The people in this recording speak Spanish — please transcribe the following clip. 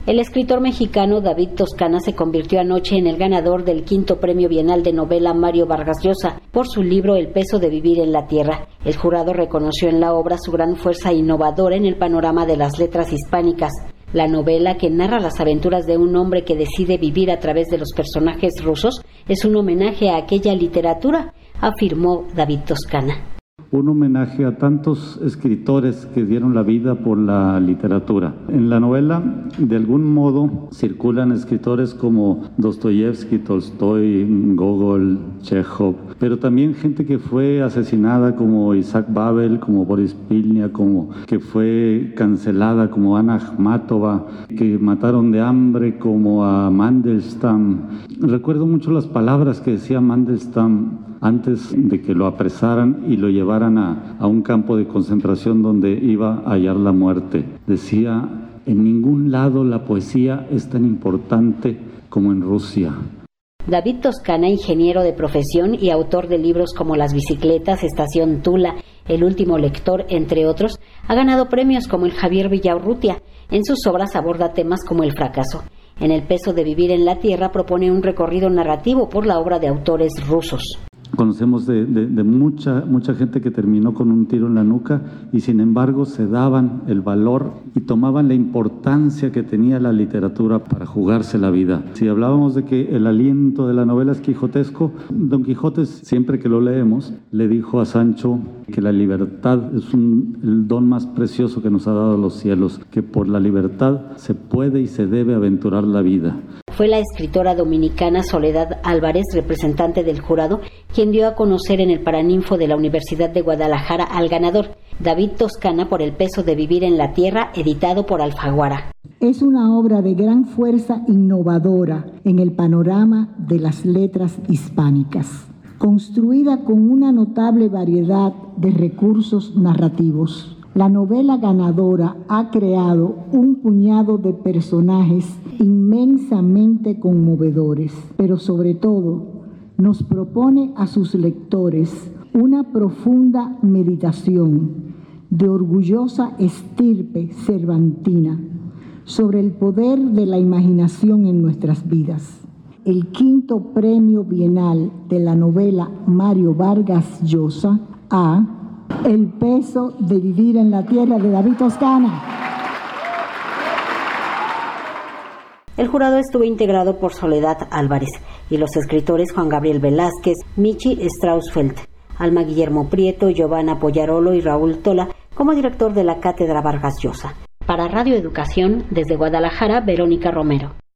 El escritor mexicano David Toscana se convirtió anoche en el ganador del 5º Premio Bienal de Novela Mario Vargas Llosa por su libro El peso de vivir en la tierra. El jurado reconoció en la obra su gran fuerza innovadora en el panorama de las letras hispánicas. La novela, que narra las aventuras de un hombre que decide vivir a través de los personajes rusos, es un homenaje a aquella literatura, afirmó David Toscana. Un homenaje a tantos escritores que dieron la vida por la literatura. En la novela, de algún modo, circulan escritores como Dostoyevsky, Tolstoy, Gogol, Chekhov, pero también gente que fue asesinada como Isaac Babel, como Boris Pilnia, como que fue cancelada como Anna Akhmatova, que mataron de hambre como a Mandelstam. Recuerdo mucho las palabras que decía Mandelstam antes de que lo apresaran y lo llevaran a un campo de concentración donde iba a hallar la muerte. Decía, en ningún lado la poesía es tan importante como en Rusia. David Toscana, ingeniero de profesión y autor de libros como Las bicicletas, Estación Tula, El último lector, entre otros, ha ganado premios como el Javier Villaurrutia. En sus obras aborda temas como el fracaso. En El peso de vivir en la tierra propone un recorrido narrativo por la obra de autores rusos. Conocemos de mucha gente que terminó con un tiro en la nuca y sin embargo se daban el valor y tomaban la importancia que tenía la literatura para jugarse la vida. Si hablábamos de que el aliento de la novela es quijotesco, Don Quijote, siempre que lo leemos, le dijo a Sancho que la libertad es el don más precioso que nos ha dado los cielos, que por la libertad se puede y se debe aventurar la vida. Fue la escritora dominicana Soledad Álvarez, representante del jurado, quien dio a conocer en el Paraninfo de la Universidad de Guadalajara al ganador, David Toscana, por El peso de vivir en la tierra, editado por Alfaguara. Es una obra de gran fuerza innovadora en el panorama de las letras hispánicas, construida con una notable variedad de recursos narrativos. La novela ganadora ha creado un puñado de personajes inmensamente conmovedores, pero sobre todo nos propone a sus lectores una profunda meditación de orgullosa estirpe cervantina sobre el poder de la imaginación en nuestras vidas. El 5º Premio Bienal de la novela Mario Vargas Llosa a El peso de vivir en la tierra, de David Toscana. El jurado estuvo integrado por Soledad Álvarez y los escritores Juan Gabriel Velázquez, Michi Strausfeld, Alma Guillermo Prieto, Giovanna Poyarolo y Raúl Tola como director de la Cátedra Vargas Llosa. Para Radio Educación, desde Guadalajara, Verónica Romero.